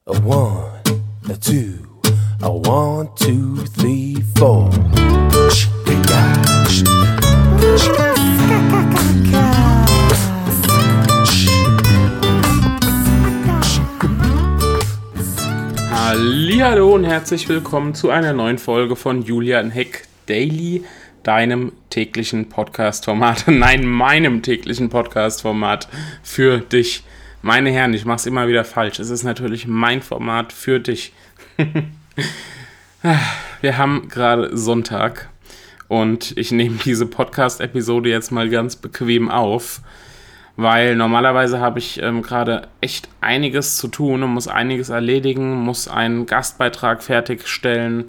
A 1, a 2, a 1, 2, 3, 4. Hallihallo und herzlich willkommen zu einer neuen Folge von Julian Heck Daily, deinem täglichen Podcast-Format. Nein, meinem täglichen Podcast-Format für dich. Meine Herren, ich mache es immer wieder falsch. Es ist natürlich mein Format für dich. Wir haben gerade Sonntag und ich nehme diese Podcast-Episode jetzt mal ganz bequem auf, weil normalerweise habe ich gerade echt einiges zu tun und muss einiges erledigen, muss einen Gastbeitrag fertig erstellen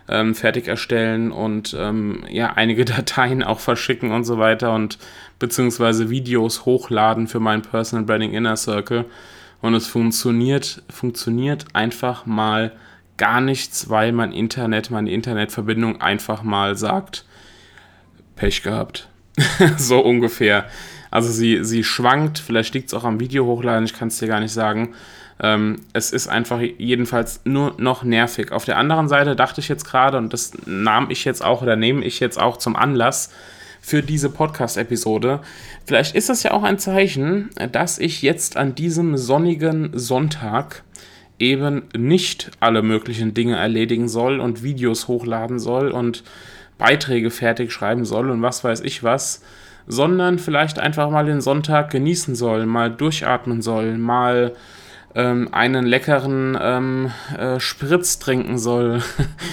und einige Dateien auch verschicken und so weiter und beziehungsweise Videos hochladen für mein Personal Branding Inner Circle, und es funktioniert einfach mal gar nichts, weil meine Internetverbindung einfach mal sagt, Pech gehabt. So ungefähr. Also sie schwankt, vielleicht liegt es auch am Video hochladen, ich kann es dir gar nicht sagen. Es ist einfach jedenfalls nur noch nervig. Auf der anderen Seite dachte ich jetzt gerade, und das nehme ich jetzt auch zum Anlass für diese Podcast-Episode, vielleicht ist das ja auch ein Zeichen, dass ich jetzt an diesem sonnigen Sonntag eben nicht alle möglichen Dinge erledigen soll und Videos hochladen soll und Beiträge fertig schreiben soll und was weiß ich was, sondern vielleicht einfach mal den Sonntag genießen soll, mal durchatmen soll, mal einen leckeren Spritz trinken soll,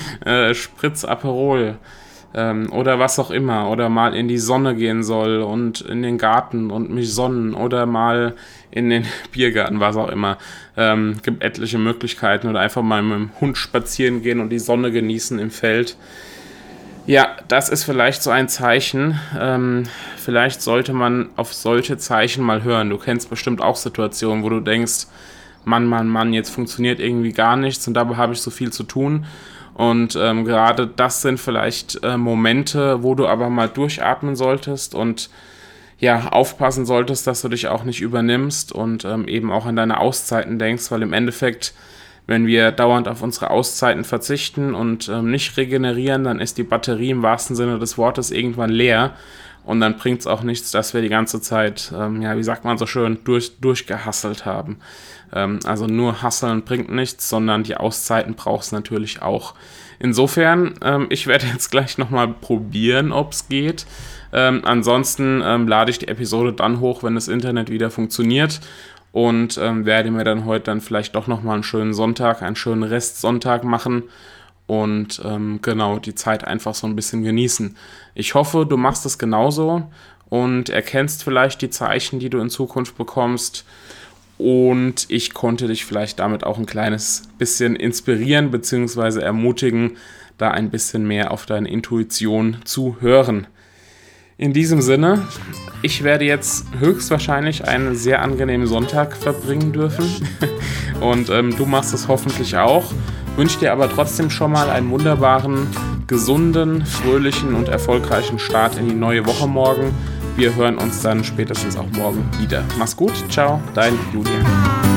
Spritz Aperol oder was auch immer, oder mal in die Sonne gehen soll und in den Garten und mich sonnen oder mal in den Biergarten, was auch immer. Gibt etliche Möglichkeiten, oder einfach mal mit dem Hund spazieren gehen und die Sonne genießen im Feld. Ja, das ist vielleicht so ein Zeichen. Vielleicht sollte man auf solche Zeichen mal hören. Du kennst bestimmt auch Situationen, wo du denkst, Mann, jetzt funktioniert irgendwie gar nichts und dabei habe ich so viel zu tun. Und gerade das sind vielleicht Momente, wo du aber mal durchatmen solltest und ja, aufpassen solltest, dass du dich auch nicht übernimmst und eben auch an deine Auszeiten denkst, weil im Endeffekt, wenn wir dauernd auf unsere Auszeiten verzichten und nicht regenerieren, dann ist die Batterie im wahrsten Sinne des Wortes irgendwann leer und dann bringt es auch nichts, dass wir die ganze Zeit, wie sagt man so schön, durchgehustelt haben. Also nur hustlen bringt nichts, sondern die Auszeiten brauchst du natürlich auch. Insofern, ich werde jetzt gleich nochmal probieren, ob es geht. Ansonsten lade ich die Episode dann hoch, wenn das Internet wieder funktioniert. Und werde mir dann heute dann vielleicht doch nochmal einen schönen Sonntag, einen schönen Restsonntag machen und die Zeit einfach so ein bisschen genießen. Ich hoffe, du machst es genauso und erkennst vielleicht die Zeichen, die du in Zukunft bekommst, und ich konnte dich vielleicht damit auch ein kleines bisschen inspirieren bzw. ermutigen, da ein bisschen mehr auf deine Intuition zu hören. In diesem Sinne, ich werde jetzt höchstwahrscheinlich einen sehr angenehmen Sonntag verbringen dürfen und du machst es hoffentlich auch. Wünsche dir aber trotzdem schon mal einen wunderbaren, gesunden, fröhlichen und erfolgreichen Start in die neue Woche morgen. Wir hören uns dann spätestens auch morgen wieder. Mach's gut, ciao, dein Julian.